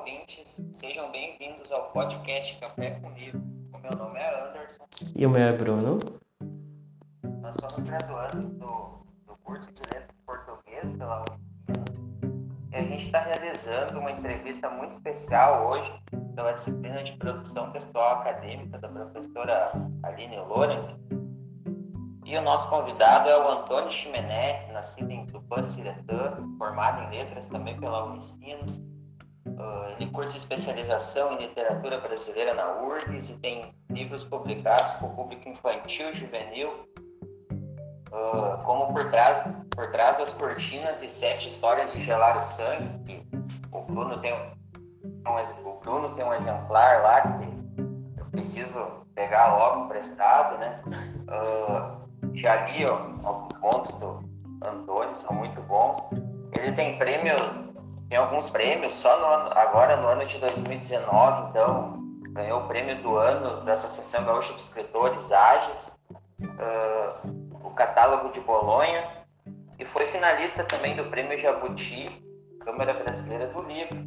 ouvintes, sejam bem-vindos ao podcast Café com Livro. O meu nome é Anderson. E o meu é Bruno. Nós somos graduandos do curso de Letras Português pela Unicinos e a gente está realizando uma entrevista muito especial hoje pela disciplina de Produção Textual Acadêmica da professora Aline Laurent. E o nosso convidado é o Antônio Chimené, nascido em Tupã-Siretã, formado em Letras também pela Unicinos. Ele cursa especialização em literatura brasileira na URGS e tem livros publicados para o público infantil e juvenil, como Por Trás das Cortinas e 7 Histórias de Gelar o Sangue, que o Bruno tem um exemplar lá que eu preciso pegar logo emprestado, né? Já li alguns contos do Antônio, são muito bons. Ele tem alguns prêmios, agora no ano de 2019, então, ganhou o prêmio do ano da Associação Gaúcha de Escritores, AGES, o Catálogo de Bolonha, e foi finalista também do Prêmio Jabuti, Câmara Brasileira do Livro.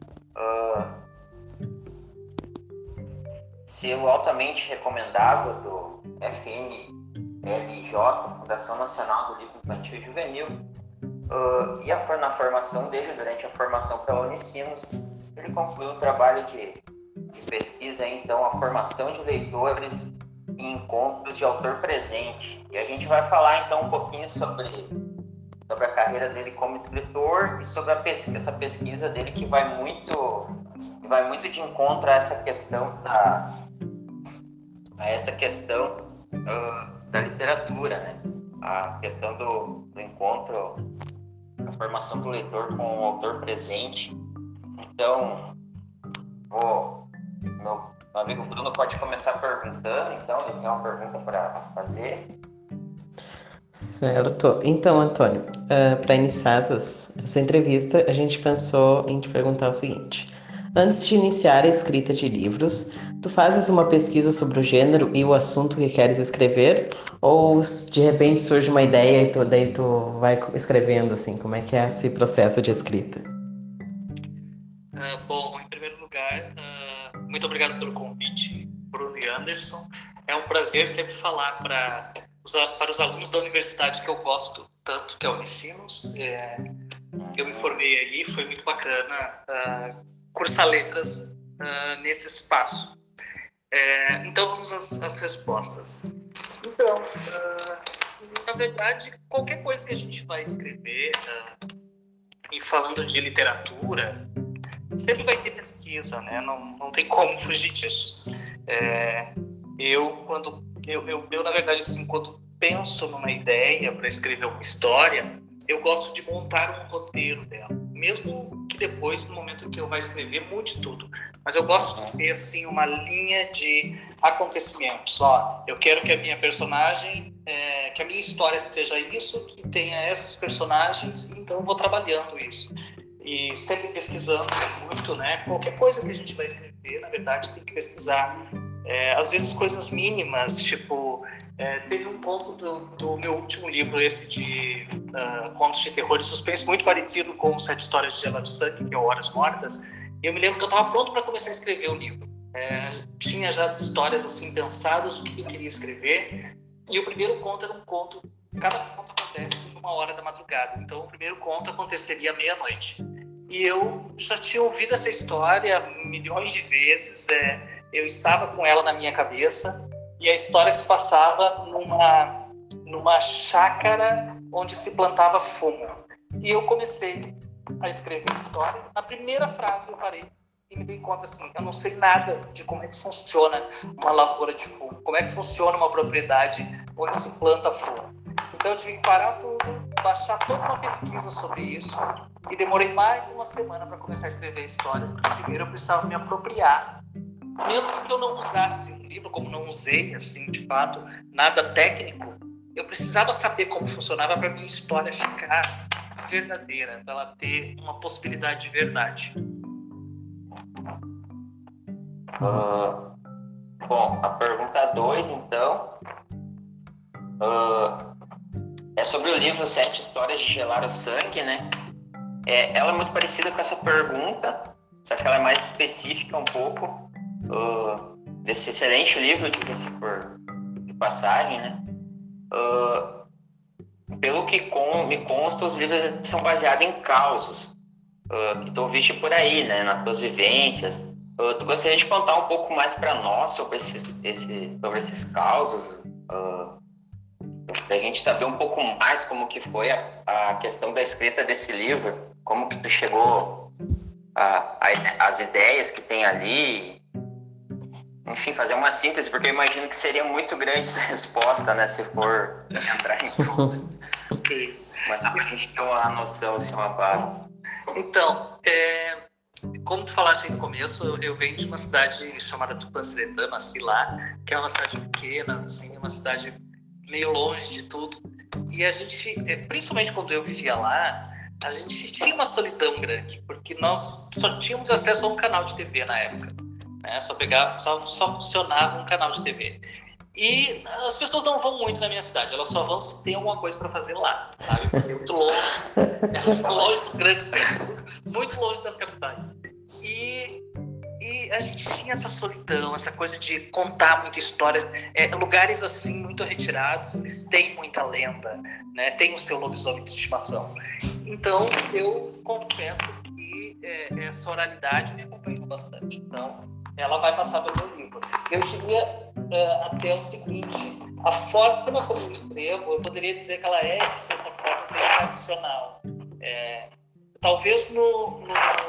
Selo altamente recomendado do FNLJ, Fundação Nacional do Livro Infantil e Juvenil. E na formação dele, durante a formação pela Unicinos, ele concluiu um trabalho de pesquisa, então, a formação de leitores em encontros de autor presente. E a gente vai falar, então, um pouquinho sobre a carreira dele como escritor e sobre essa pesquisa dele que vai muito de encontro a essa questão da literatura, né? A questão do encontro, a formação do leitor com o autor presente. Então, meu amigo Bruno pode começar perguntando, então, ele tem uma pergunta para fazer. Certo. Então, Antônio, para iniciar essa entrevista, a gente pensou em te perguntar o seguinte. Antes de iniciar a escrita de livros, tu fazes uma pesquisa sobre o gênero e o assunto que queres escrever? Ou de repente surge uma ideia e daí tu vai escrevendo, assim? Como é que é esse processo de escrita? Bom, em primeiro lugar, muito obrigado pelo convite, Bruno e Anderson. É um prazer sempre falar para os alunos da universidade que eu gosto tanto, que é a Unicinos. Eu me formei aí, foi muito bacana cursar letras nesse espaço. Então, vamos às respostas. Então, na verdade, qualquer coisa que a gente vai escrever, e falando de literatura, sempre vai ter pesquisa, né? Não tem como fugir disso. Eu, na verdade, assim, quando penso numa ideia para escrever uma história, eu gosto de montar um roteiro dela, mesmo que depois, no momento que eu vá escrever, mude tudo. Mas eu gosto de ter, assim, uma linha de acontecimentos. Eu quero que a minha personagem, que a minha história seja isso, que tenha esses personagens, então eu vou trabalhando isso. E sempre pesquisando muito, né? Qualquer coisa que a gente vai escrever, na verdade, tem que pesquisar. Às vezes coisas mínimas, tipo, teve um ponto do meu último livro, esse de contos de terror e suspense, muito parecido com 7 Histórias de Gelar o Sangue, que é Horas Mortas, e eu me lembro que eu estava pronto para começar a escrever o livro. Tinha já as histórias assim pensadas, o que eu queria escrever, e o primeiro conto era um conto, cada conto acontece numa hora da madrugada, então o primeiro conto aconteceria à meia-noite. E eu já tinha ouvido essa história milhões de vezes, eu estava com ela na minha cabeça, e a história se passava numa chácara onde se plantava fumo. E eu comecei a escrever a história. Na primeira frase eu parei e me dei conta assim, eu não sei nada de como é que funciona uma lavoura de fumo, como é que funciona uma propriedade onde se planta fumo. Então eu tive que parar tudo, baixar toda uma pesquisa sobre isso, e demorei mais uma semana para começar a escrever a história, porque primeiro eu precisava me apropriar. Mesmo que eu não usasse um livro, como não usei, assim, de fato, nada técnico, eu precisava saber como funcionava para a minha história ficar verdadeira, para ela ter uma possibilidade de verdade. Bom, a pergunta 2, então, é sobre o livro 7 Histórias de Gelar o Sangue, né? Ela é muito parecida com essa pergunta, só que ela é mais específica um pouco desse excelente livro, diga-se por de passagem, né? Pelo que me consta, os livros são baseados em causos que tu ouviste por aí, né? Nas tuas vivências. Tu gostaria de contar um pouco mais para nós sobre esses causos? Para a gente saber um pouco mais como que foi a questão da escrita desse livro, como que tu chegou às ideias que tem ali, enfim, fazer uma síntese, porque eu imagino que seria muito grande essa resposta, né, se for entrar em tudo. Mas só para a gente ter uma noção, assim, uma base. Então, como tu falaste aí no começo, eu venho de uma cidade chamada Tupanciretã, nasci lá, que é uma cidade pequena, assim, uma cidade meio longe de tudo. E a gente, principalmente quando eu vivia lá, a gente tinha uma solidão grande, porque nós só tínhamos acesso a um canal de TV na época, né? Só funcionava um canal de TV. E as pessoas não vão muito na minha cidade, elas só vão se tem alguma coisa para fazer lá, sabe? Porque é muito longe dos grandes centros, muito longe das capitais. E a gente tinha essa solidão, essa coisa de contar muita história. Lugares assim, muito retirados, eles têm muita lenda, né? Tem o seu lobisomem de estimação. Então, eu confesso que essa oralidade me acompanhou bastante. Então, ela vai passar pelo meu livro. Eu diria até o seguinte: a forma como eu escrevo, eu poderia dizer que ela é, de certa forma, bem tradicional. Talvez no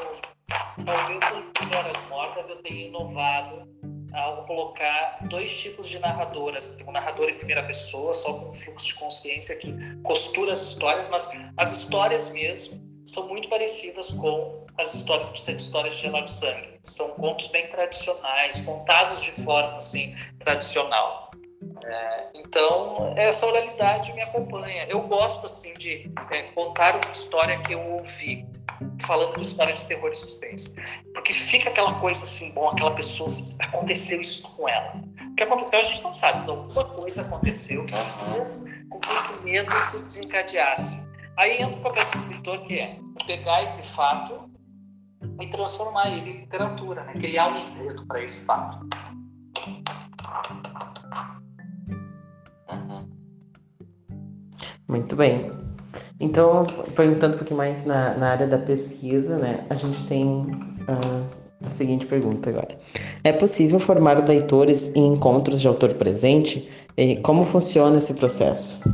Horas Mortas eu tenha inovado ao colocar 2 tipos de narradoras. Tem um narrador em primeira pessoa, só com um fluxo de consciência que costura as histórias, mas as histórias mesmo são muito parecidas com as histórias de Gelar de Sangue. São contos bem tradicionais, contados de forma assim, tradicional. Então, essa oralidade me acompanha. Eu gosto assim, de contar uma história que eu ouvi, falando de história de terror e suspense. Porque fica aquela coisa assim, bom, aquela pessoa, aconteceu isso com ela. O que aconteceu a gente não sabe, mas alguma coisa aconteceu que fez com que esse medo se desencadeasse. Aí entra o papel do escritor, que é pegar esse fato e transformar ele em literatura, né? Criar um enredo para esse fato. Muito bem. Então, perguntando um pouquinho mais na área da pesquisa, né? A gente tem a seguinte pergunta agora. É possível formar leitores em encontros de autor presente? E como funciona esse processo?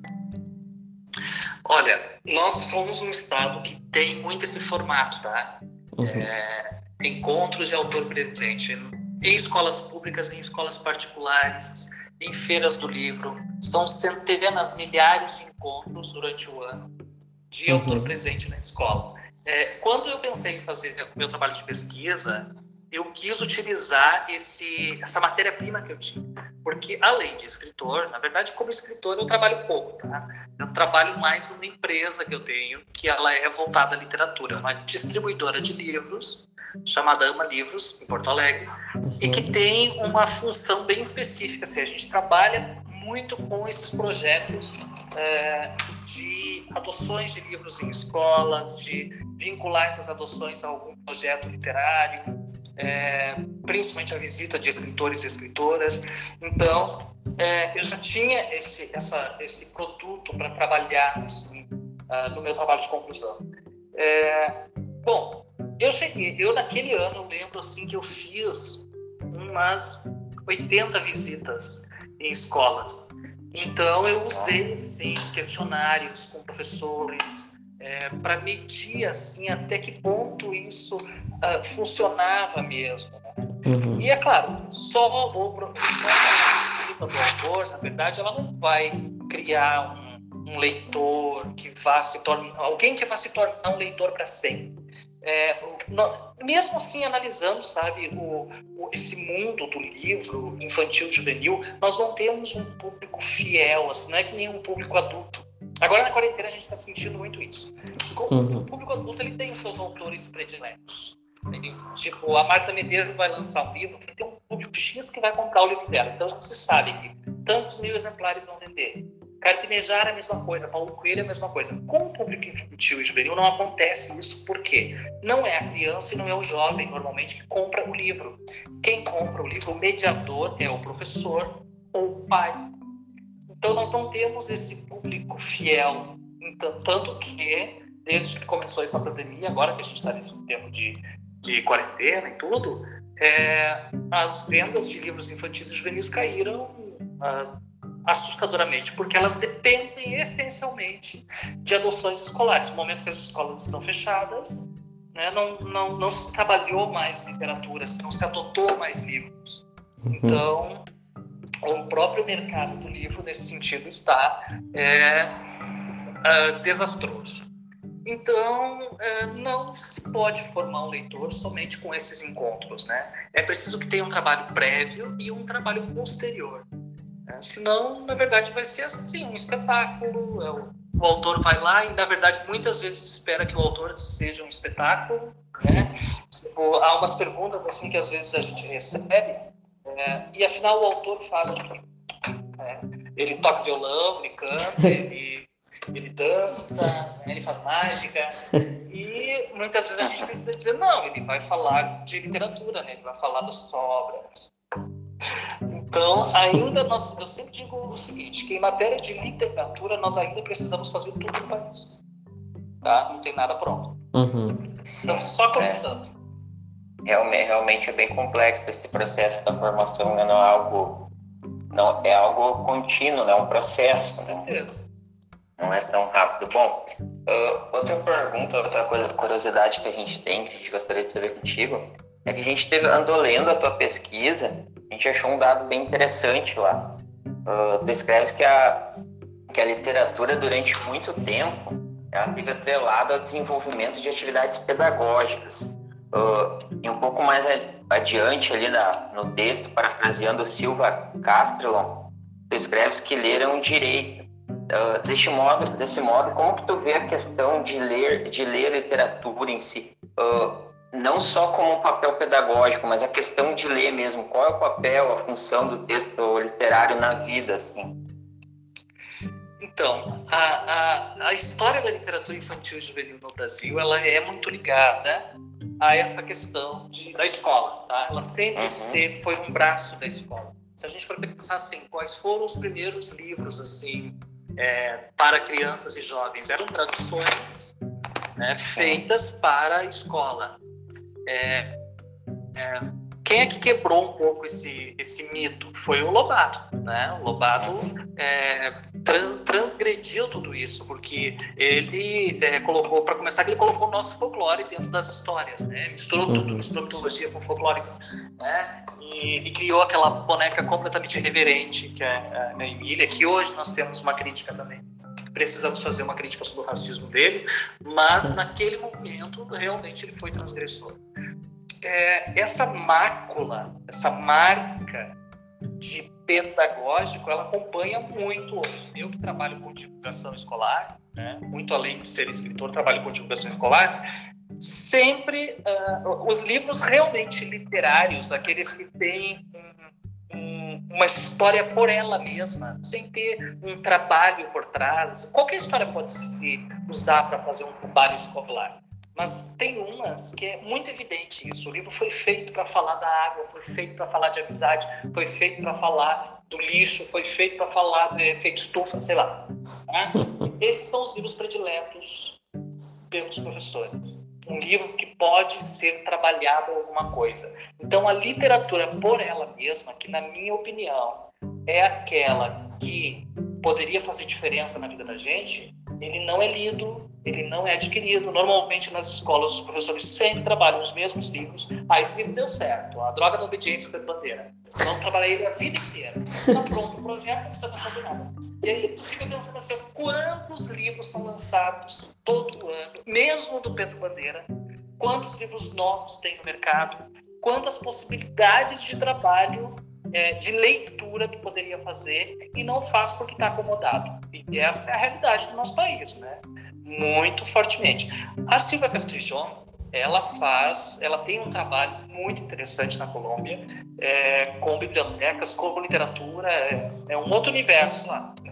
Olha, nós somos um estado que tem muito esse formato, tá? Encontros de autor presente em escolas públicas, em escolas particulares, em feiras do livro. São centenas, milhares de encontros durante o ano de autor presente na escola. Quando eu pensei em fazer o meu trabalho de pesquisa, eu quis utilizar essa matéria-prima que eu tinha. Porque, além de escritor, na verdade, como escritor, eu trabalho pouco, tá? Eu trabalho mais numa empresa que eu tenho, que ela é voltada à literatura, uma distribuidora de livros, chamada Ama Livros, em Porto Alegre, e que tem uma função bem específica. Assim, a gente trabalha muito com esses projetos de adoções de livros em escolas, de vincular essas adoções a algum projeto literário, principalmente a visita de escritores e escritoras. Então, eu já tinha esse produto para trabalhar assim, no meu trabalho de conclusão. Bom, eu naquele ano, eu lembro assim, que eu fiz umas 80 visitas em escolas. Então, eu usei assim, questionários com professores para medir assim, até que ponto isso funcionava mesmo. Né? E é claro, só o professor do autor, na verdade, ela não vai criar um leitor que vá se tornar alguém que vá se tornar um leitor para sempre. Mesmo assim, analisando, sabe, esse mundo do livro infantil juvenil, nós não temos um público fiel, assim, não é que nem um público adulto. Agora na quarentena a gente está sentindo muito isso. O público adulto, ele tem os seus autores prediletos. Tipo, a Marta Medeiros vai lançar um livro, vai ter um público X que vai comprar o livro dela. Então a gente sabe que tantos mil exemplares vão vender. Carpinejar é a mesma coisa, Paulo Coelho é a mesma coisa. Com o público infantil e juvenil não acontece isso, por quê? Não é a criança e não é o jovem, normalmente, que compra o livro. Quem compra o livro, o mediador, é o professor ou o pai. Então, nós não temos esse público fiel. Então, tanto que, desde que começou essa pandemia, agora que a gente está nesse tempo de quarentena e tudo, as vendas de livros infantis e juvenis caíram assustadoramente, porque elas dependem essencialmente de adoções escolares. No momento que as escolas estão fechadas, né, não se trabalhou mais literatura, não se adotou mais livros. Então, o próprio mercado do livro, nesse sentido, está desastroso. Então, não se pode formar um leitor somente com esses encontros, né? É preciso que tenha um trabalho prévio e um trabalho posterior. Senão, na verdade, vai ser assim, um espetáculo. O autor vai lá e, na verdade, muitas vezes espera que o autor seja um espetáculo, né? Tipo, há umas perguntas assim que às vezes a gente recebe, e afinal o autor faz o quê? Ele toca violão, ele canta, ele dança, né? Ele faz mágica, e muitas vezes a gente precisa dizer, não, ele vai falar de literatura, né? Ele vai falar das suas obras. Então, ainda eu sempre digo o seguinte, que em matéria de literatura nós ainda precisamos fazer tudo no país, tá? Não tem nada pronto. Estamos só começando. Realmente é bem complexo esse processo da formação, né? Não é algo contínuo, é um processo. Com certeza. Não é tão rápido. Bom, outra pergunta, outra curiosidade que a gente tem, que a gente gostaria de saber contigo, é que a gente andou lendo a tua pesquisa, a gente achou um dado bem interessante lá. Tu escreves que a literatura, durante muito tempo, ela teve atrelada ao desenvolvimento de atividades pedagógicas. E um pouco mais adiante ali no texto, parafraseando Silva Castrillon, tu escreves que ler é um direito. Desse modo, como que tu vê a questão de ler literatura em si? Não só como um papel pedagógico, mas a questão de ler mesmo. Qual é o papel, a função do texto literário na vida, assim? Então, a história da literatura infantil e juvenil no Brasil, ela é muito ligada a essa questão da escola, tá? Ela sempre foi um braço da escola. Se a gente for pensar assim, quais foram os primeiros livros assim para crianças e jovens? Eram traduções, né, feitas para a escola. Quem é que quebrou um pouco esse mito? Foi o Lobato, né? O Lobato transgrediu tudo isso, porque ele colocou, para começar, ele colocou o nosso folclore dentro das histórias, né? Misturou tudo, misturou mitologia com folclore, né? E criou aquela boneca completamente irreverente, que é a Emília, que hoje nós temos uma crítica também. Precisamos fazer uma crítica sobre o racismo dele, mas naquele momento realmente ele foi transgressor. Essa mácula, essa marca de pedagógico, ela acompanha muito hoje. Eu que trabalho com divulgação escolar, né, muito além de ser escritor, trabalho com divulgação escolar, sempre os livros realmente literários, aqueles que têm uma história por ela mesma, sem ter um trabalho por trás. Qualquer história pode se usar para fazer um trabalho escolar. Mas tem umas que é muito evidente isso. O livro foi feito para falar da água, foi feito para falar de amizade, foi feito para falar do lixo, foi feito para falar de efeito estufa, sei lá. Né? Esses são os livros prediletos pelos professores. Um livro que pode ser trabalhado alguma coisa. Então, a literatura por ela mesma, que na minha opinião é aquela que poderia fazer diferença na vida da gente, ele não é lido, ele não é adquirido. Normalmente nas escolas os professores sempre trabalham os mesmos livros. Esse livro deu certo, A Droga da Obediência, Pedro Bandeira. Vamos trabalhar ele a vida inteira. Está pronto o projeto, não precisa fazer nada. E aí tu fica pensando assim, quantos livros são lançados todo ano, mesmo do Pedro Bandeira? Quantos livros novos tem no mercado? Quantas possibilidades de trabalho, de leitura que poderia fazer e não faz porque está acomodado. E essa é a realidade do nosso país, né? Muito fortemente. A Silvia Castrillon, ela tem um trabalho muito interessante na Colômbia, com bibliotecas, com literatura, é um outro universo lá.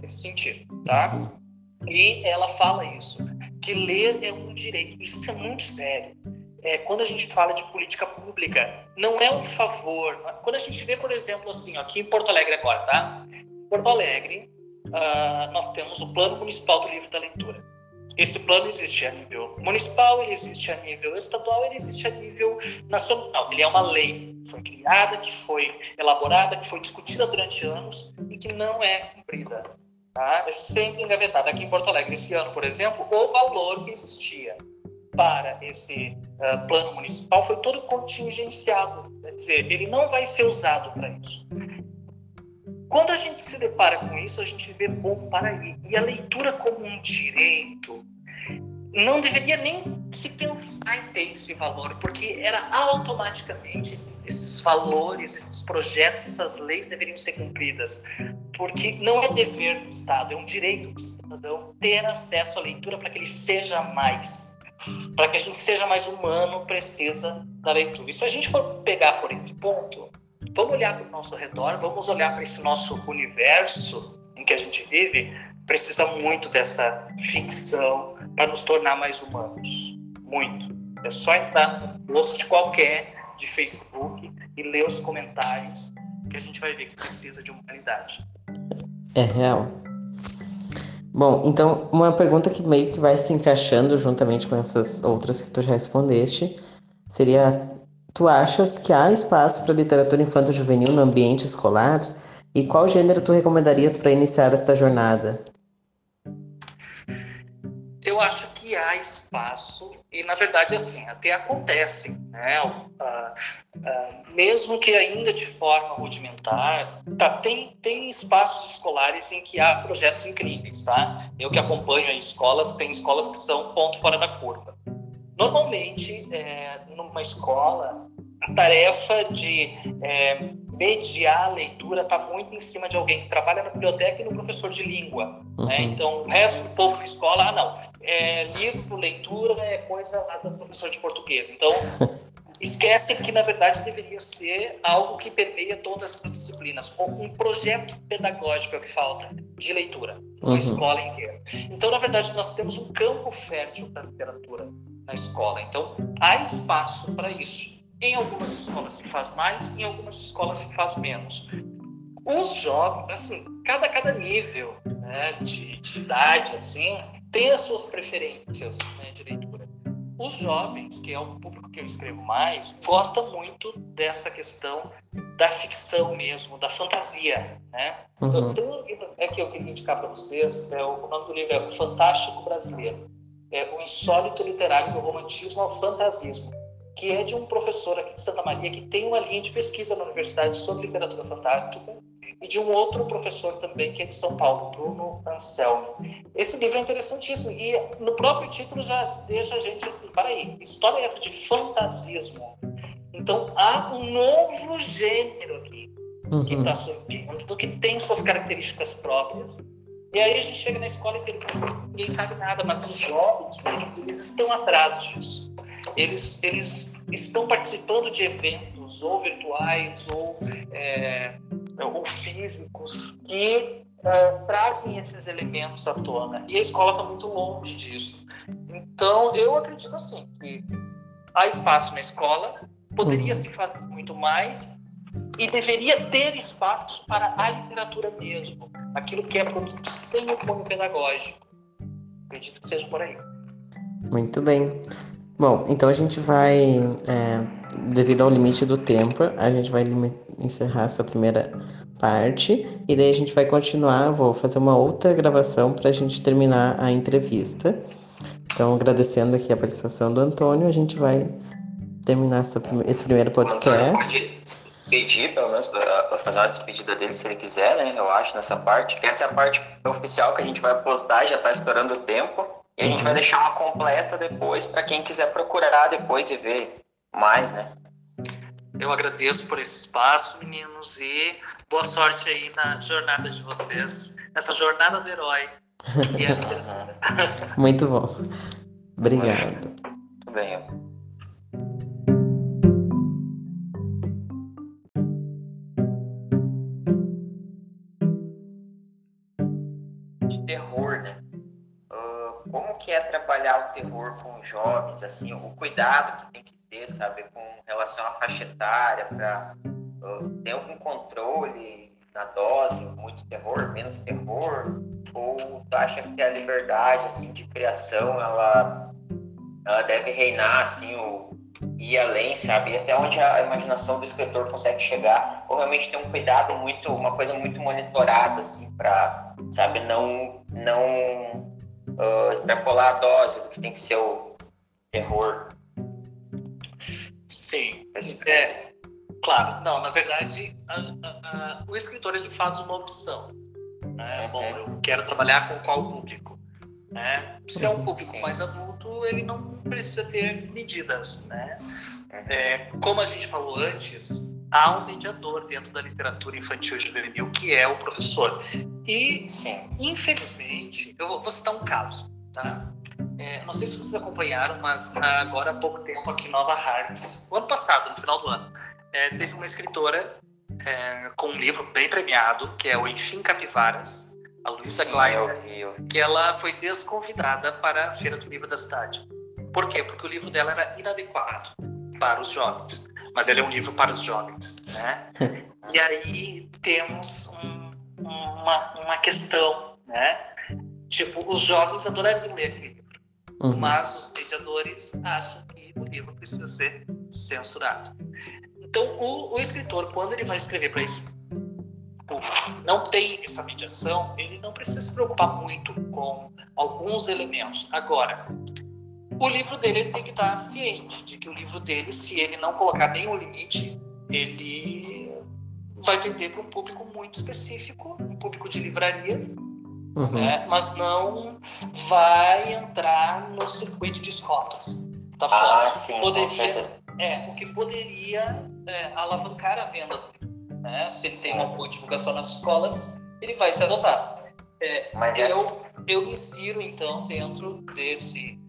nesse sentido, tá? E ela fala isso, que ler é um direito. Isso é muito sério. Quando a gente fala de política pública, não é um favor. Quando a gente vê, por exemplo, assim, aqui em Porto Alegre agora, tá? Porto Alegre, nós temos o Plano Municipal do Livro da Leitura. Esse plano existe a nível municipal, ele existe a nível estadual, ele existe a nível nacional. Ele é uma lei que foi criada, que foi elaborada, que foi discutida durante anos e que não é cumprida. Tá? É sempre engavetada. Aqui em Porto Alegre, esse ano, por exemplo, o valor que existia para esse plano municipal foi todo contingenciado. Quer dizer, ele não vai ser usado para isso. Quando a gente se depara com isso, a gente vê bom para ir. E a leitura como um direito não deveria nem se pensar em ter esse valor, porque era automaticamente esses valores, esses projetos, essas leis deveriam ser cumpridas. Porque não é dever do Estado, é um direito do cidadão ter acesso à leitura para que ele seja mais. Para que a gente seja mais humano, precisa da leitura. E se a gente for pegar por esse ponto, vamos olhar para o nosso redor, vamos olhar para esse nosso universo em que a gente vive, precisa muito dessa ficção para nos tornar mais humanos. Muito. É só entrar no post de qualquer de Facebook e ler os comentários que a gente vai ver que precisa de humanidade. É real. Bom, então uma pergunta que meio que vai se encaixando juntamente com essas outras que tu já respondeste seria: tu achas que há espaço para literatura infanto-juvenil no ambiente escolar? E qual gênero tu recomendarias para iniciar esta jornada? Eu acho que há espaço e, na verdade, assim, até acontece, né? Mesmo que ainda de forma rudimentar, tem espaços escolares em que há projetos incríveis, tá? Eu que acompanho em escolas, tem escolas que são ponto fora da curva. Normalmente, numa escola, a tarefa de mediar a leitura está muito em cima de alguém que trabalha na biblioteca e no professor de língua. Né? Então, o resto do povo da escola, livro, leitura é coisa lá do professor de português. Então, esquece que, na verdade, deveria ser algo que permeia todas as disciplinas. Um projeto pedagógico é o que falta de leitura, uma escola inteira. Então, na verdade, nós temos um campo fértil para a literatura na escola. Então, há espaço para isso. Em algumas escolas se faz mais, em algumas escolas se faz menos. Os jovens, assim, cada nível, né, de idade, assim, tem as suas preferências, né, de leitura. Os jovens, que é o público que eu escrevo mais, gostam muito dessa questão da ficção mesmo, da fantasia, né? Eu tenho um livro que eu queria indicar para vocês, o nome do livro é O Fantástico Brasileiro. O insólito literário do romantismo ao fantasismo, que é de um professor aqui de Santa Maria que tem uma linha de pesquisa na universidade sobre literatura fantástica, e de um outro professor também que é de São Paulo, Bruno Anselmi. Esse livro é interessantíssimo e no próprio título já deixa a gente assim, peraí, história é essa de fantasismo? Então há um novo gênero aqui que está surgindo, que tem suas características próprias. E aí a gente chega na escola e ninguém sabe nada, mas os jovens, eles estão atrás disso. Eles estão participando de eventos, ou virtuais, ou físicos, que trazem esses elementos à tona. E a escola está muito longe disso. Então, eu acredito assim, que há espaço na escola, poderia se fazer muito mais, e deveria ter espaço para a literatura mesmo, aquilo que é produzido sem o cunho pedagógico. Acredito que seja por aí. Muito bem. Bom, então a gente vai, devido ao limite do tempo, a gente vai encerrar essa primeira parte e daí a gente vai continuar. Vou fazer uma outra gravação para a gente terminar a entrevista. Então, agradecendo aqui a participação do Antônio, a gente vai terminar esse primeiro podcast. Pedir, pelo menos, para fazer uma despedida dele, se ele quiser, né? Eu acho, nessa parte. Que essa é a parte oficial que a gente vai postar, já está estourando o tempo. E a gente vai deixar uma completa depois para quem quiser procurar depois e ver mais, né? Eu agradeço por esse espaço, meninos, e boa sorte aí na jornada de vocês, nessa jornada do herói. Muito bom. Obrigado. Muito bem. que é trabalhar o terror com jovens, assim, o cuidado que tem que ter, sabe, com relação à faixa etária, para ter algum controle na dose, muito terror, menos terror, ou tu acha que a liberdade, assim, de criação, ela deve reinar, assim, ir além, sabe, e até onde a imaginação do escritor consegue chegar, ou realmente ter um cuidado muito, uma coisa muito monitorada, assim, para, sabe, não extrapolar a dose do que tem que ser o terror. Sim, claro. Não, na verdade, o escritor ele faz uma opção, né? Bom, eu quero trabalhar com qual público, né? Se é um público mais adulto, ele não precisa ter medidas, né? Como a gente falou antes, há um mediador dentro da literatura infantil e juvenil, que é o professor. E, infelizmente, eu vou citar um caso, tá? Não sei se vocês acompanharam, mas agora há pouco tempo aqui em Nova Hartz, o ano passado, no final do ano, teve uma escritora com um livro bem premiado, que é o Enfim Capivaras, a Luísa Gleitzer, que ela foi desconvidada para a Feira do Livro da cidade. Por quê? Porque o livro dela era inadequado para os jovens, mas ele é um livro para os jovens, né? E aí temos uma questão, né? Tipo, os jovens adorariam ler o livro, mas os mediadores acham que o livro precisa ser censurado. Então, o escritor, quando ele vai escrever para esse público, não tem essa mediação, ele não precisa se preocupar muito com alguns elementos. Agora, o livro dele ele tem que estar ciente de que o livro dele, se ele não colocar nenhum limite, ele vai vender para um público muito específico, um público de livraria, né? Mas não vai entrar no circuito de escolas. Tá fora. O que poderia alavancar a venda do livro, né? Se ele tem uma boa divulgação nas escolas, ele vai se adotar. Eu me insiro, então, dentro desse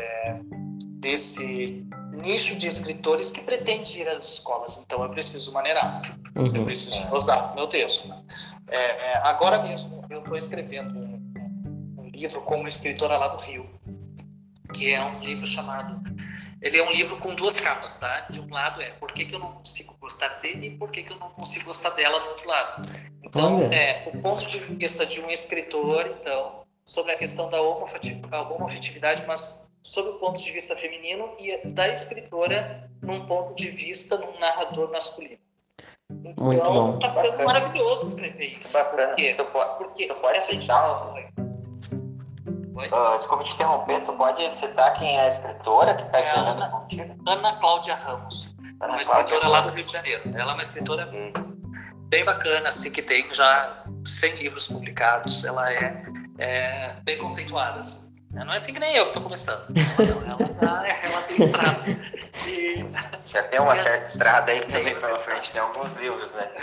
nicho de escritores que pretende ir às escolas. Então, eu preciso maneirar. Eu preciso usar meu texto. Agora mesmo, eu estou escrevendo um livro com uma escritora lá do Rio, que é um livro chamado... Ele é um livro com duas capas, tá? De um lado é por que eu não consigo gostar dele e por que eu não consigo gostar dela do outro lado. Então, o ponto de vista de um escritor, então, sobre a questão da homoafetividade, mas sob o ponto de vista feminino, e da escritora num ponto de vista num narrador masculino. Então, muito bom. Tá sendo maravilhoso escrever isso. Bacana. Porque tu pode citar... desculpa te interromper, tu pode citar quem é a escritora que está escrevendo contigo? Ana Cláudia Ramos. Uma escritora lá do Rio de Janeiro. Ela é uma escritora bem bacana, assim, que tem já 100 livros publicados. Ela é bem conceituada, assim. Não é assim que nem eu que estou começando. Ela tem estrada. Já tem uma certa estrada aí também pela frente, tem alguns livros, né?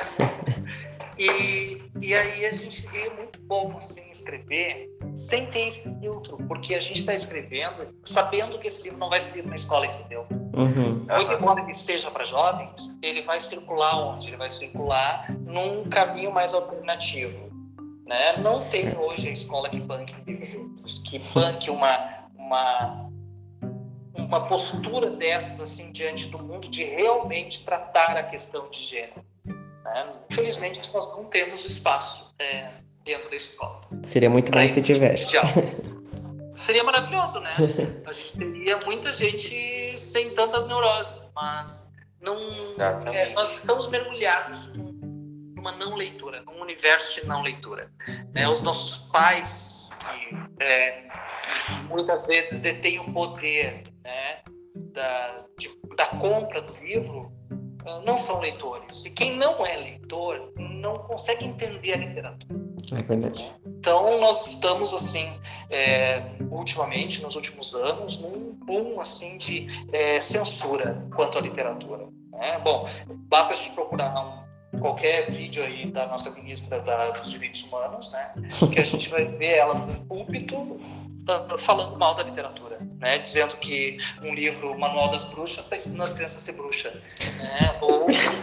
E aí a gente é muito bom assim escrever sem ter esse filtro, porque a gente está escrevendo sabendo que esse livro não vai ser lido na escola, entendeu? Muito embora ele seja para jovens, ele vai circular onde? Ele vai circular num caminho mais alternativo, né? Não tem hoje a escola que banque um livro desses, que banque uma postura dessas assim diante do mundo de realmente tratar a questão de gênero. Infelizmente, nós não temos espaço dentro da escola. Seria muito bom se tivesse. Seria maravilhoso, né? A gente teria muita gente sem tantas neuroses, mas não. Nós estamos mergulhados numa não leitura, num universo de não leitura. Os nossos pais, que muitas vezes detêm o poder da compra do livro, não são leitores. E quem não é leitor não consegue entender a literatura. É verdade. Então, nós estamos, assim, ultimamente, nos últimos anos, num boom, assim, de censura quanto à literatura. Bom, basta a gente procurar qualquer vídeo aí da nossa ministra dos Direitos Humanos, né, que a gente vai ver ela no púlpito falando mal da literatura, né, dizendo que um livro, o Manual das Bruxas, está ensinando as crianças a ser bruxa, né, ou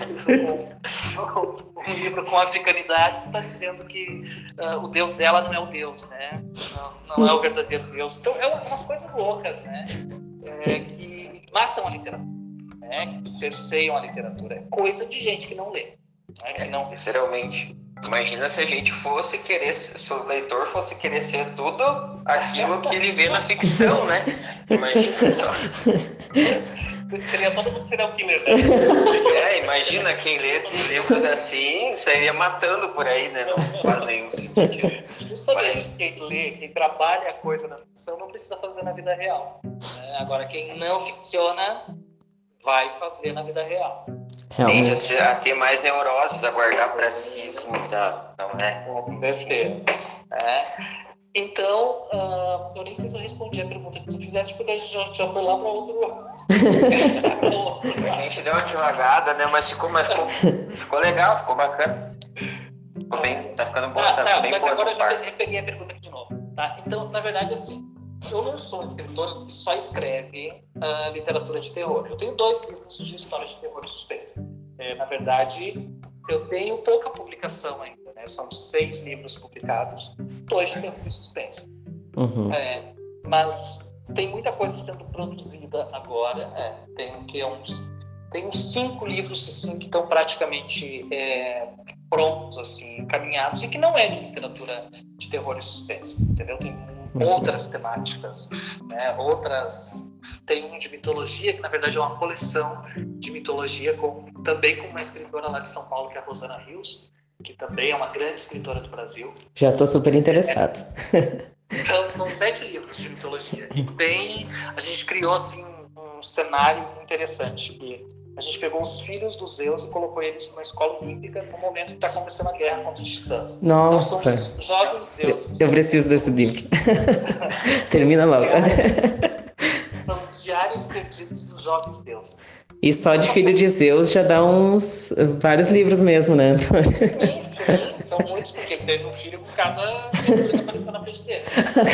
um livro com africanidade está dizendo que o Deus dela não é o Deus, né, não é o verdadeiro Deus. Então, é umas coisas loucas, né, que matam a literatura, né, que cerceiam a literatura. É coisa de gente que não lê. Né, que não... Literalmente. Imagina se a gente fosse querer, se o leitor fosse querer ser tudo aquilo que ele vê na ficção, né? Imagina só. Seria todo mundo serial killer, né? Imagina quem lê esses livros assim, sairia matando por aí, né? Não faz nenhum sentido. Justamente, quem lê, quem trabalha a coisa na ficção não precisa fazer na vida real. Né? Agora, quem não ficciona, vai fazer na vida real. Tende a ter mais neuroses, a guardar para si, não é? Deve ter. Então, eu nem sei se eu respondi a pergunta que tu fizeste, porque a gente já foi lá para outro. A gente deu uma devagada, né? Mas ficou legal, ficou bacana. Ficou bem, tá ficando bom, sabe? Bem mas boa agora essa eu parte. já peguei a pergunta aqui de novo. Tá? Então, na verdade, assim, eu não sou um escritor que só escreve literatura de terror. Eu tenho 2 livros de história de terror e suspense. Na verdade, eu tenho pouca publicação ainda, né? São 6 livros publicados, 2 de terror e suspense. Uhum. Mas tem muita coisa sendo produzida agora. Tem uns 5 livros assim, que estão praticamente prontos, assim, encaminhados, e que não é de literatura de terror e suspense, entendeu? Tem outras temáticas, né? Tem um de mitologia, que na verdade é uma coleção de mitologia, também com uma escritora lá de São Paulo, que é a Rosana Rios, que também é uma grande escritora do Brasil. Já estou super interessado. Então, são 7 livros de mitologia. E a gente criou assim, um cenário interessante, que a gente pegou os filhos dos Zeus e colocou eles numa escola olímpica no momento que está começando a guerra contra os titãs. Nossa! Então, são os jovens deuses. Eu preciso desse livro. Termina logo. São os diários perdidos dos jovens deuses. E só de filho de Zeus já dá vários livros mesmo, né? Sim, são muitos, porque ele teve um filho com cada criatura que apareceu na frente dele.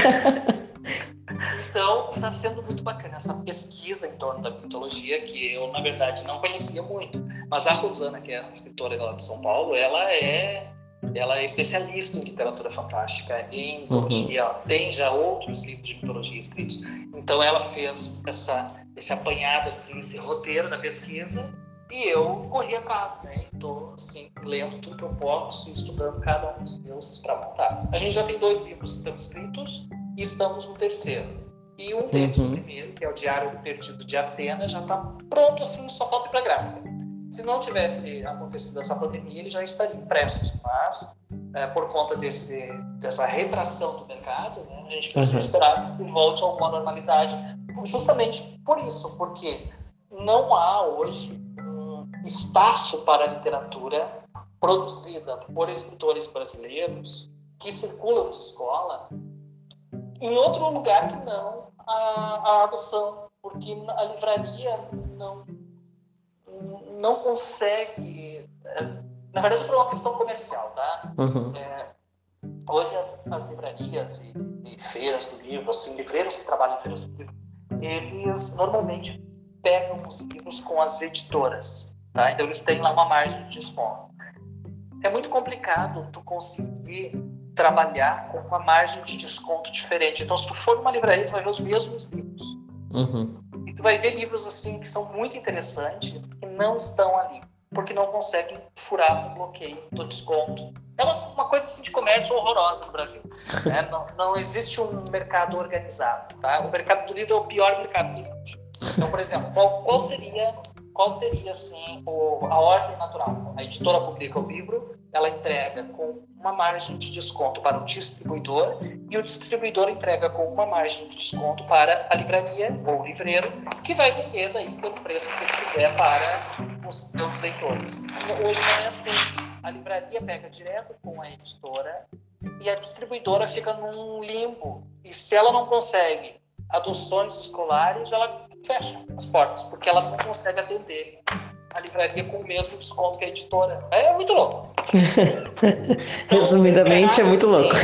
Então, está sendo muito bacana essa pesquisa em torno da mitologia, que eu, na verdade, não conhecia muito. Mas a Rosana, que é essa escritora lá de São Paulo, ela é especialista em literatura fantástica, em mitologia. Ela tem já outros livros de mitologia escritos. Então, ela fez esse apanhado, assim, esse roteiro da pesquisa, e eu corri atrás, né? Estou assim, lendo tudo que eu posso e estudando cada um dos deuses para montar. A gente já tem 2 livros que estão escritos e estamos no 3º. E um deles, o primeiro, que é o Diário Perdido de Atena, já está pronto, assim, só falta ir para a gráfica. Se não tivesse acontecido essa pandemia, ele já estaria impresso, mas por conta dessa retração do mercado, né, a gente precisa esperar que volte a alguma normalidade, justamente por isso, porque não há hoje um espaço para a literatura produzida por escritores brasileiros que circulam na escola em outro lugar que não a adoção, porque a livraria não consegue, na verdade, por uma questão comercial, tá? Hoje as livrarias e feiras do livro, assim, livreiros que trabalham em feiras do livro, eles normalmente pegam os livros com as editoras, tá? Então eles têm lá uma margem de desconto. É muito complicado tu conseguir trabalhar com uma margem de desconto diferente. Então, se tu for numa livraria, tu vai ver os mesmos livros. E tu vai ver livros assim que são muito interessantes e não estão ali, porque não conseguem furar o bloqueio do desconto. É uma coisa assim de comércio horrorosa no Brasil. Né? Não existe um mercado organizado. Tá? O mercado do livro é o pior mercado que existe. Então, por exemplo, qual seria assim, a ordem natural? A editora publica o livro, ela entrega com uma margem de desconto para o distribuidor e o distribuidor entrega com uma margem de desconto para a livraria ou o livreiro, que vai vender daí pelo preço que ele quiser para os seus leitores. Hoje não é assim. A livraria pega direto com a editora e a distribuidora fica num limbo. E se ela não consegue adoções escolares, ela fecha as portas, porque ela não consegue atender a livraria com o mesmo desconto que a editora. É muito louco. Resumidamente, é muito louco.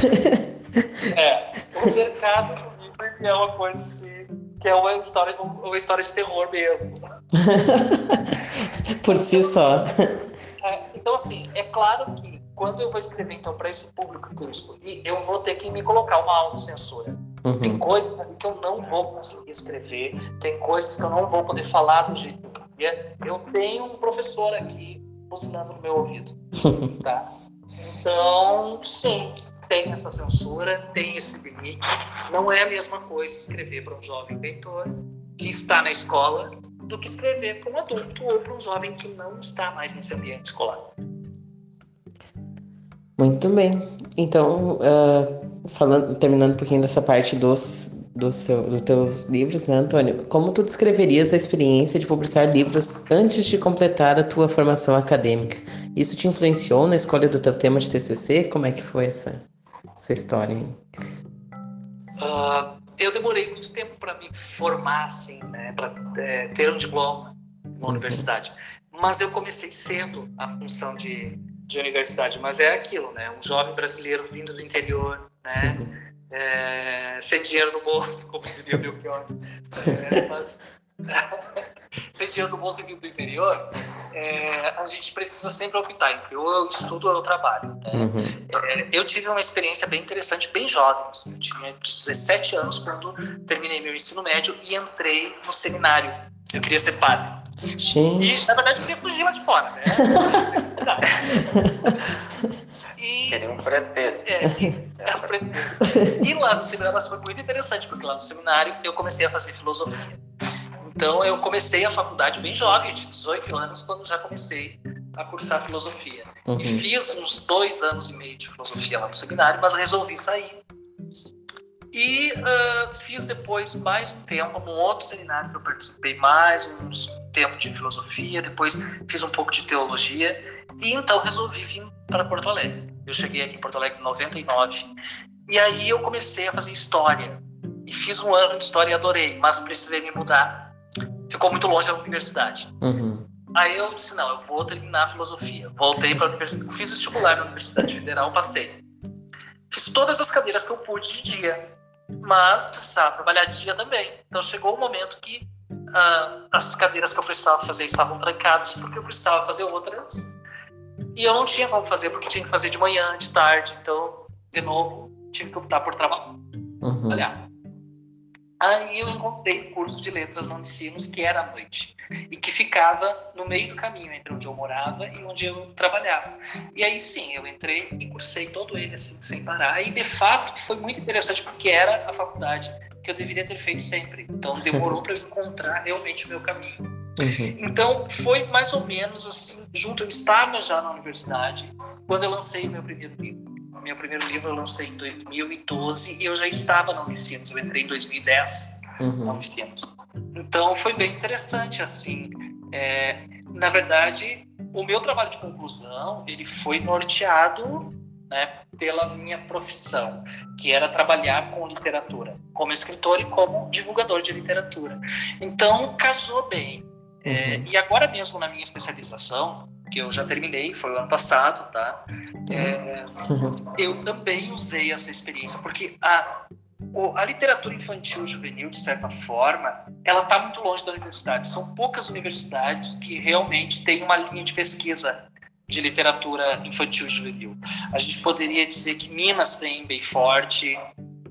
O mercado do livro é uma coisa assim, que é uma história de terror mesmo. Por si só. Então, assim, é claro que quando eu vou escrever, então, para esse público que eu escolhi, eu vou ter que me colocar uma autocensura. Tem coisas ali que eu não vou conseguir escrever, tem coisas que eu não vou poder falar do jeito que eu queria. Eu tenho um professor aqui buzinando no meu ouvido, tá? Então, sim, tem essa censura, tem esse limite. Não é a mesma coisa escrever para um jovem leitor que está na escola do que escrever para um adulto ou para um jovem que não está mais nesse ambiente escolar. Muito bem. Então, terminando um pouquinho dessa parte dos teus livros, né, Antônio? Como tu descreverias a experiência de publicar livros antes de completar a tua formação acadêmica? Isso te influenciou na escolha do teu tema de TCC? Como é que foi essa história aí? Eu demorei muito tempo para me formar, assim, né, para ter um diploma na universidade. Mas eu comecei cedo a função de universidade. Mas é aquilo, né? Um jovem brasileiro vindo do interior, né? Sem dinheiro no bolso, como dizia Belchior. Sem dinheiro no bolso e vindo do interior, a gente precisa sempre optar entre ou eu estudo ou eu trabalho. Né? Eu tive uma experiência bem interessante, bem jovem. Assim. Eu tinha 17 anos quando terminei meu ensino médio e entrei no seminário. Eu queria ser padre. Gente. E, na verdade, eu queria fugir lá de fora, né? Queria um pretexto. Pretexto. E lá no seminário foi muito interessante, porque lá no seminário eu comecei a fazer filosofia. Então eu comecei a faculdade bem jovem, de 18 anos, quando já comecei a cursar filosofia. E fiz uns 2 anos e meio de filosofia lá no seminário, mas resolvi sair. E fiz depois mais um tempo num outro seminário que eu participei, mais uns tempo de filosofia, depois fiz um pouco de teologia e então resolvi vir para Porto Alegre. Eu cheguei aqui em Porto Alegre em 99 e aí eu comecei a fazer história e fiz um ano de história e adorei, mas precisei me mudar. Ficou muito longe da universidade. Aí eu disse, não, eu vou terminar a filosofia. Voltei para a universidade, fiz vestibular na Universidade Federal, passei. Fiz todas as cadeiras que eu pude de dia, mas precisava trabalhar de dia também. Então chegou um momento que as cadeiras que eu precisava fazer estavam trancadas, porque eu precisava fazer outras. E eu não tinha como fazer, porque tinha que fazer de manhã, de tarde. Então, de novo, tinha que optar por trabalho. Aí eu encontrei um curso de letras na Unicinos, que era à noite, e que ficava no meio do caminho entre onde eu morava e onde eu trabalhava. E aí sim, eu entrei e cursei todo ele assim, sem parar. E de fato foi muito interessante, porque era a faculdade que eu deveria ter feito sempre. Então demorou para eu encontrar realmente o meu caminho. Então foi mais ou menos assim, eu estava já na universidade, quando eu lancei o meu primeiro livro. O meu primeiro livro eu lancei em 2012 e eu já estava na Unicinos. Eu entrei em 2010 na Unicinos. Então foi bem interessante, assim. Na verdade, o meu trabalho de conclusão, ele foi norteado, né, pela minha profissão, que era trabalhar com literatura, como escritor e como divulgador de literatura. Então casou bem. E agora mesmo na minha especialização, que eu já terminei, foi o ano passado, tá? Eu também usei essa experiência, porque a literatura infantil juvenil, de certa forma, ela está muito longe da universidade. São poucas universidades que realmente têm uma linha de pesquisa de literatura infantil juvenil. A gente poderia dizer que Minas tem bem forte,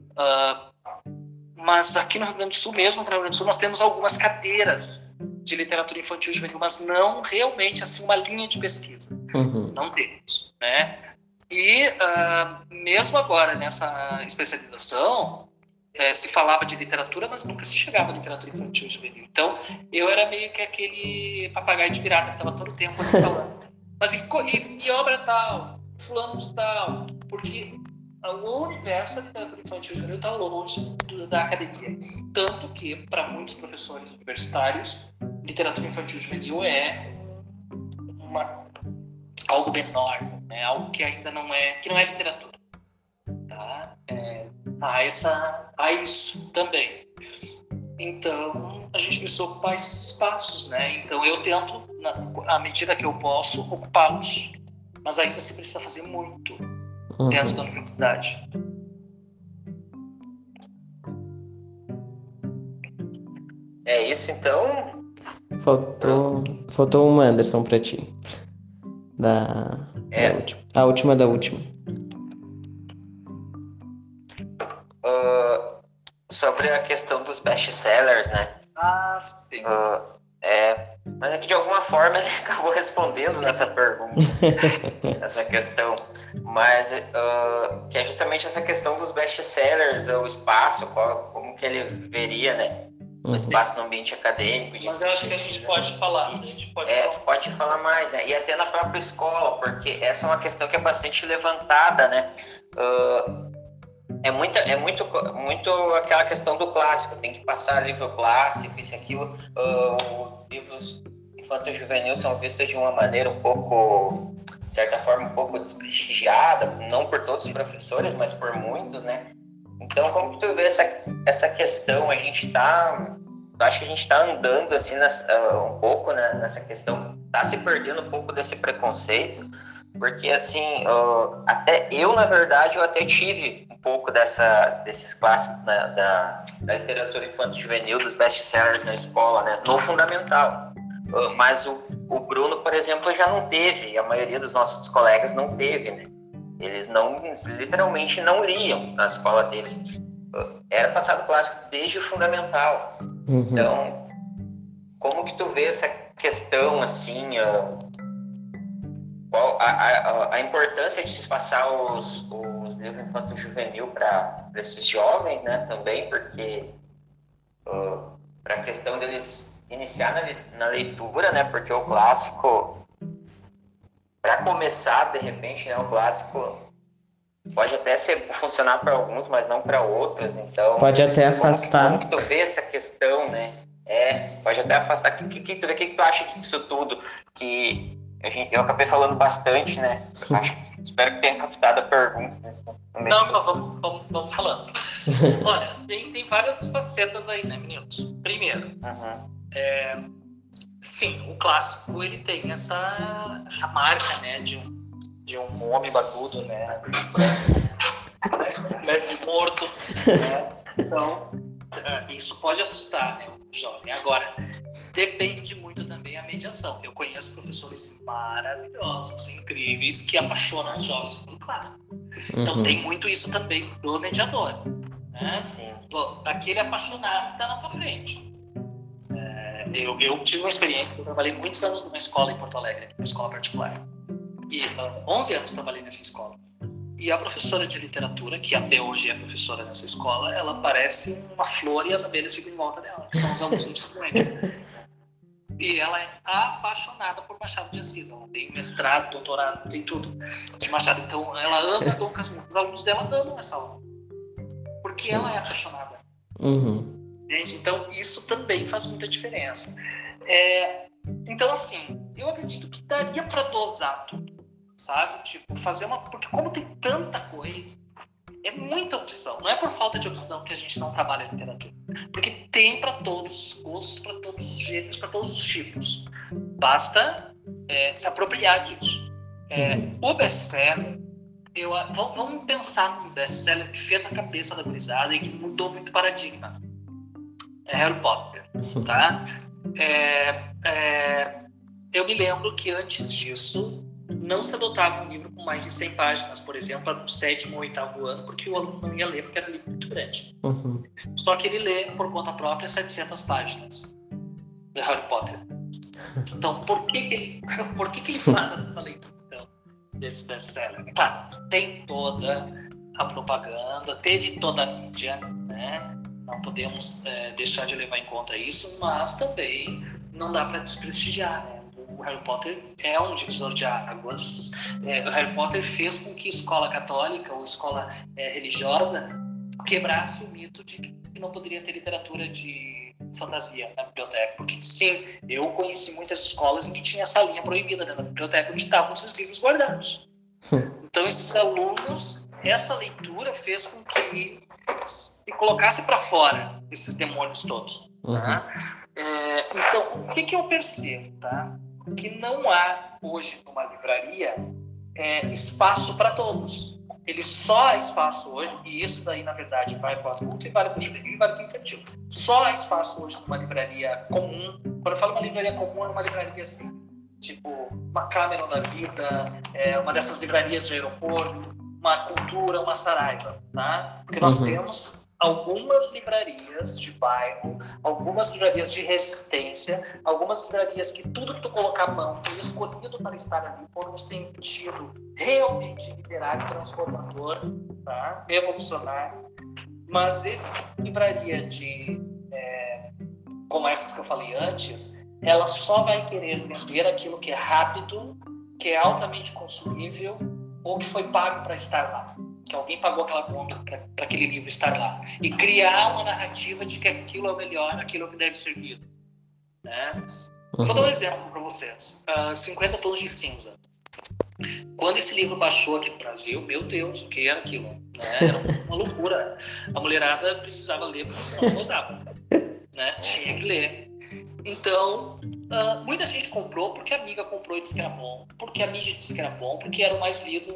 mas aqui no Rio Grande do Sul, mesmo no Rio Grande do Sul, nós temos algumas cadeiras de literatura infantil juvenil, mas não realmente assim uma linha de pesquisa. Não temos, né? E mesmo agora nessa especialização se falava de literatura, mas nunca se chegava a literatura infantil juvenil. Então eu era meio que aquele papagaio de pirata que estava todo o tempo ali falando. Mas e obra tal, fulano de tal, porque o universo da literatura infantil juvenil está longe da academia. Tanto que, para muitos professores universitários, literatura infantil juvenil é algo menor, né? Algo que ainda não é literatura. Tá? Há isso também. Então, a gente precisa ocupar esses espaços, né? Então eu tento, à medida que eu posso, ocupá-los. Mas aí você precisa fazer muito dentro da universidade. É isso, então. Faltou uma, Anderson, pra ti. Da última. A última da última. Sobre a questão dos best-sellers, né? Ah, sim. Mas é que de alguma forma ele acabou respondendo nessa pergunta, essa questão. Mas que é justamente essa questão dos best-sellers, o espaço, como que ele veria, né? O espaço no ambiente acadêmico. Mas eu acho que a gente pode falar. Pode falar mais, né? E até na própria escola, porque essa é uma questão que é bastante levantada, né? É muito aquela questão do clássico, tem que passar livro clássico, isso e aquilo. Os livros infanto-juvenil são vistos de uma maneira um pouco, de certa forma, um pouco desprestigiada, não por todos os professores, mas por muitos, né? Então, como que tu vê essa questão? Acho que a gente está andando assim um pouco, né, nessa questão, está se perdendo um pouco desse preconceito, porque assim, até eu, na verdade, eu até tive um pouco desses clássicos, né, da literatura infanto-juvenil, dos best-sellers na escola, né, no fundamental. Mas o Bruno, por exemplo, já não teve, e a maioria dos nossos colegas não teve, né? Eles literalmente não iriam na escola deles. Era passado clássico desde o fundamental. Então, como que tu vê essa questão, assim, qual a importância de se passar os livros infanto-juvenil para esses jovens, né, também, porque para a questão deles iniciar na leitura, né, porque o clássico, para começar, de repente, né, o clássico pode até funcionar para alguns, mas não para outros, então... Pode até afastar. Como que tu vê essa questão, né? Pode até afastar. O que tu acha disso tudo? Que eu acabei falando bastante, né? Espero que tenha captado a pergunta. Não, vamos falando. Olha, tem várias facetas aí, né, meninos? Primeiro, sim, o clássico, ele tem essa marca, né, de um homem barbudo, né, de morto, né? Então, isso pode assustar, né, o jovem. Agora, depende muito também a mediação. Eu conheço professores maravilhosos, incríveis, que apaixonam os jovens pelo clássico. Então, tem muito isso também do mediador, né? Sim. Aquele apaixonado que está na tua frente. Eu tive uma experiência, eu trabalhei muitos anos numa escola em Porto Alegre, uma escola particular. E 11 anos trabalhei nessa escola. E a professora de literatura, que até hoje é professora nessa escola, ela parece uma flor e as abelhas ficam em volta dela, que são os alunos do ensino médio. E ela é apaixonada por Machado de Assis. Ela tem mestrado, doutorado, tem tudo de Machado. Então, ela ama Dom Casmurro. Os alunos dela amam essa aula. Porque ela é apaixonada. Então, isso também faz muita diferença. Então, assim, eu acredito que daria para dosar tudo, sabe? Tipo, fazer porque como tem tanta coisa, é muita opção. Não é por falta de opção que a gente não trabalha literatura. Porque tem para todos os gostos, para todos os gêneros, para todos os tipos. Basta se apropriar disso. O best-seller, vamos pensar num best-seller que fez a cabeça da gurizada e que mudou muito o paradigma. Harry Potter, tá? Eu me lembro que antes disso não se adotava um livro com mais de 100 páginas, por exemplo, para o 7º ou 8º ano, porque o aluno não ia ler porque era um livro muito grande. Só que ele lê por conta própria 700 páginas de Harry Potter. Então, por que ele faz essa leitura, então, desse best-seller? Claro, tem toda a propaganda, teve toda a mídia, né? Não podemos deixar de levar em conta isso, mas também não dá para desprestigiar, né? O Harry Potter é um divisor de águas. O Harry Potter fez com que a escola católica ou escola religiosa quebrasse o mito de que não poderia ter literatura de fantasia na biblioteca. Porque, sim, eu conheci muitas escolas em que tinha essa linha proibida dentro da biblioteca, onde estavam esses livros guardados. Então, esses alunos, essa leitura fez com que se colocasse para fora esses demônios todos. Tá? Então, o que eu percebo? Tá? Que não há hoje numa livraria espaço para todos. Ele só há espaço hoje, e isso daí, na verdade, vai para o adulto e vale para o juvenil e vale para o infantil. Só há espaço hoje numa livraria comum. Quando eu falo uma livraria comum, é uma livraria assim, tipo uma Cameron da vida, uma dessas livrarias de aeroporto, uma Cultura, uma Saraiva, tá? Porque nós temos algumas livrarias de bairro, algumas livrarias de resistência, algumas livrarias que tudo que tu colocar a mão foi escolhido para estar ali por um sentido realmente literário, transformador, tá? Revolucionário. Mas esse tipo de livraria como essas que eu falei antes, ela só vai querer vender aquilo que é rápido, que é altamente consumível ou que foi pago para estar lá, que alguém pagou aquela conta para aquele livro estar lá, e criar uma narrativa de que aquilo é o melhor, aquilo é o que deve ser lido, né? Vou dar um exemplo para vocês. 50 Tons de Cinza. Quando esse livro baixou aqui no Brasil, meu Deus, o que era aquilo? Era uma loucura. A mulherada precisava ler, porque senão não gozava, né? Tinha que ler. Então, muita gente comprou porque a amiga comprou e disse que era bom, porque a mídia disse que era bom, porque era o mais lido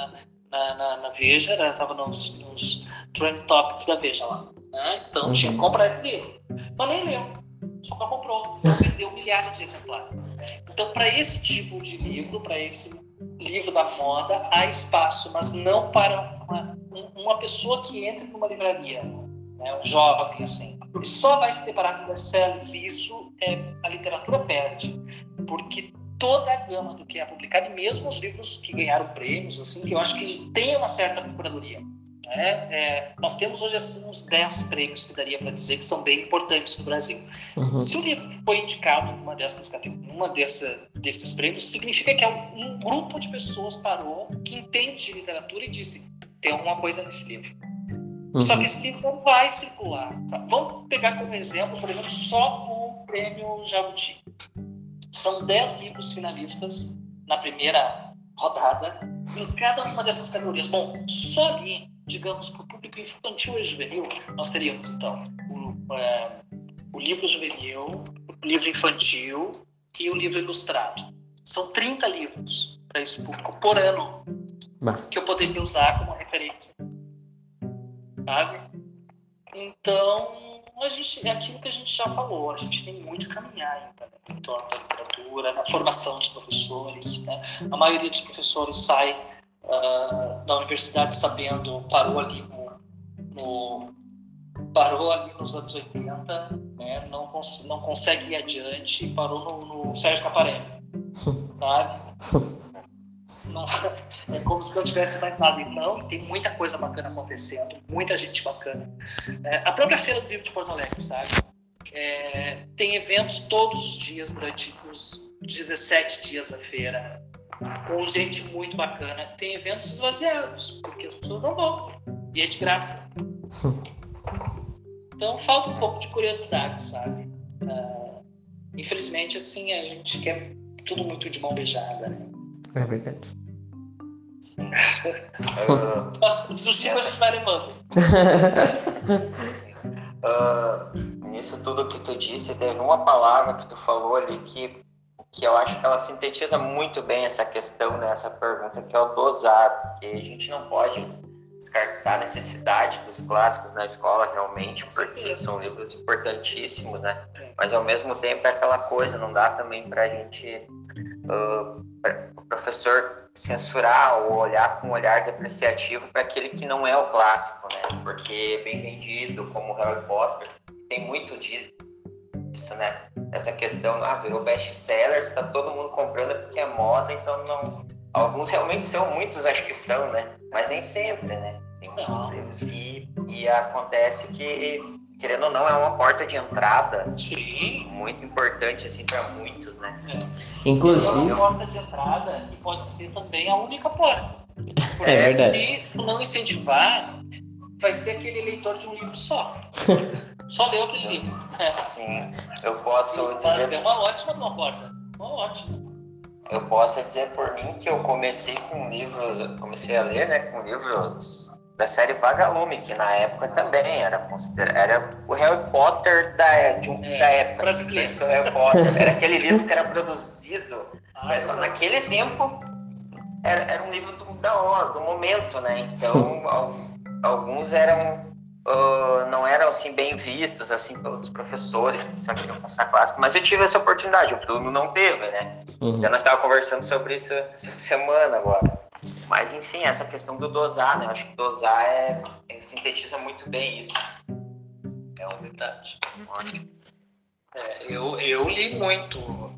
na Veja, estava nos Trend Topics da Veja lá, né? Então tinha que comprar esse livro, mas nem leu, só comprou, então vendeu milhares de exemplares. Então, para esse tipo de livro, para esse livro da moda, há espaço, mas não para uma pessoa que entra numa livraria, né, um jovem assim, ele só vai se deparar com best-sellers, e isso a literatura perde, porque toda a gama do que é publicado, e mesmo os livros que ganharam prêmios, assim, que eu acho que tem uma certa curadoria, né? Nós temos hoje assim, uns 10 prêmios que daria para dizer que são bem importantes no Brasil. Se o livro foi indicado numa dessas categorias, desses prêmios, significa que um grupo de pessoas parou, que entende de literatura, e disse: tem alguma coisa nesse livro. Só que esse livro não vai circular. Sabe? Vamos pegar como exemplo, por exemplo, só o prêmio Jabuti. São 10 livros finalistas na primeira rodada, em cada uma dessas categorias. Bom, só ali, digamos, para o público infantil e juvenil, nós teríamos, então, o livro juvenil, o livro infantil e o livro ilustrado. São 30 livros para esse público por ano que eu poderia usar como referência. Sabe? Então, é aquilo que a gente já falou, a gente tem muito a caminhar ainda, né? Em torno da literatura, na formação dos professores, né? A maioria dos professores sai da universidade sabendo, parou ali nos anos 80, né? Não consegue ir adiante, parou no Sérgio Caparelli, sabe? Não, é como se não tivesse mais nada. E não, tem muita coisa bacana acontecendo, muita gente bacana. A própria Feira do Livro de Porto Alegre, sabe? Tem eventos todos os dias durante os 17 dias da feira, com gente muito bacana. Tem eventos esvaziados, porque as pessoas não vão, e é de graça. Então falta um pouco de curiosidade, sabe? Infelizmente, assim, a gente quer tudo muito de mão beijada, né? É verdade. Diz o Chico, a gente vai lembrando. Nisso tudo que tu disse, teve uma palavra que tu falou ali que eu acho que ela sintetiza muito bem essa questão, né, essa pergunta, que é o dosar, porque a gente não pode descartar a necessidade dos clássicos na escola, realmente, porque são livros importantíssimos, né? Mas ao mesmo tempo é aquela coisa, não dá também para a gente, o professor censurar ou olhar com um olhar depreciativo para aquele que não é o clássico, né? Porque é bem vendido, como Harry Potter, tem muito disso, né? Essa questão, virou best-seller, está todo mundo comprando porque é moda, então não. Alguns realmente são, muitos acho que são, né? Mas nem sempre, né? Tem muitos livros e acontece que, querendo ou não, é uma porta de entrada. Sim. Muito importante, assim, para muitos, né? Inclusive... É uma porta de entrada e pode ser também a única porta. Porque é verdade. Se não incentivar, vai ser aquele leitor de um livro só. Só leu aquele livro. Sim, eu posso dizer... Vai ser uma ótima porta. Uma ótima. Eu posso dizer por mim que eu comecei a ler, né, com livros da série Vagalume, que na época também era o Harry Potter da época. Brasileiro. O Harry Potter era aquele livro que era produzido, mas naquele tempo era um livro da hora, do momento, né? Então alguns não eram assim bem vistos assim pelos professores que só queriam passar clássico, mas eu tive essa oportunidade, o Bruno não teve, né? Já nós estávamos conversando sobre isso essa semana agora. Mas enfim, essa questão do dosar, né? Eu acho que dosar sintetiza muito bem isso. É uma verdade. Ótimo. Eu li muito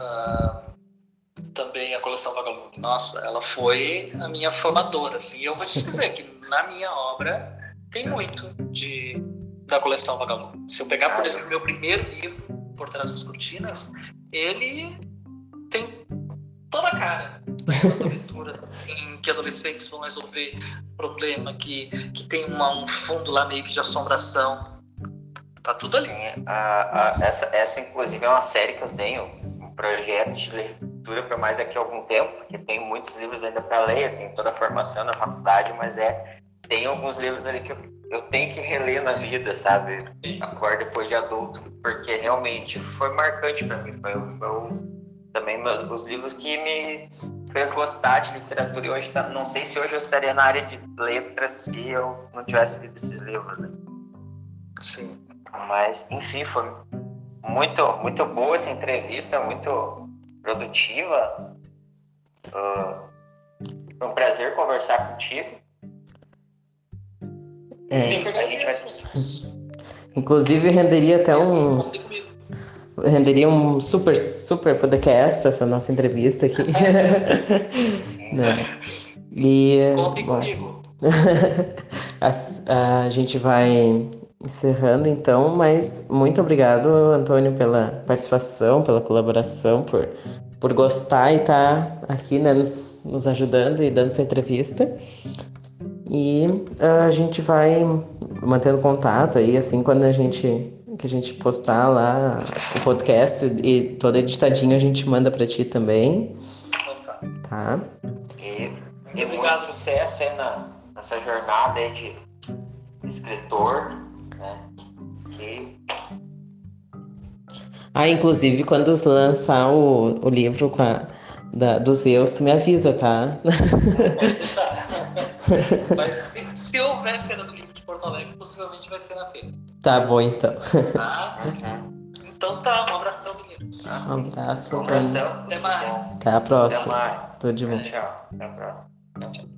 também a coleção Vagalume. Nossa, ela foi a minha formadora, assim. E eu vou te dizer que na minha obra tem muito da coleção Vagalume. Se eu pegar, por exemplo, meu primeiro livro, Por Trás das Cortinas, ele tem toda a cara daquelas aventuras assim, que adolescentes vão resolver problema, que tem um fundo lá meio que de assombração. Tá tudo ali. Essa inclusive é uma série que eu tenho um projeto de leitura para mais daqui a algum tempo, porque tem muitos livros ainda para ler, tem toda a formação na faculdade, mas tem alguns livros ali que eu tenho que reler na vida, sabe? Agora depois de adulto, porque realmente foi marcante para mim. Foi também os livros que me fez gostar de literatura, e hoje não sei se hoje eu estaria na área de letras se eu não tivesse lido esses livros, né? Sim. Mas enfim, foi muito, muito boa essa entrevista, muito produtiva. Foi um prazer conversar contigo. Inclusive renderia até renderia um super, super podcast essa nossa entrevista aqui. Contem comigo. A gente vai encerrando então, mas muito obrigado, Antônio, pela participação, pela colaboração, por gostar e estar aqui, né, nos ajudando e dando essa entrevista. E a gente vai mantendo contato aí, assim, quando a gente postar lá o podcast e todo editadinho a gente manda pra ti também. Tá? E muito sucesso aí nessa jornada aí de escritor, né? Inclusive quando lançar o livro do Zeus, tu me avisa, tá? Pode deixar. Mas se houver Feira do Livro de Porto Alegre, possivelmente vai ser na feira. Tá bom, então. Tá? Então tá, um abração, meninos. Um abraço. Um abração. Até mais. Até a próxima. Até mais. Tudo de bom. Tchau. Até a próxima. Tchau.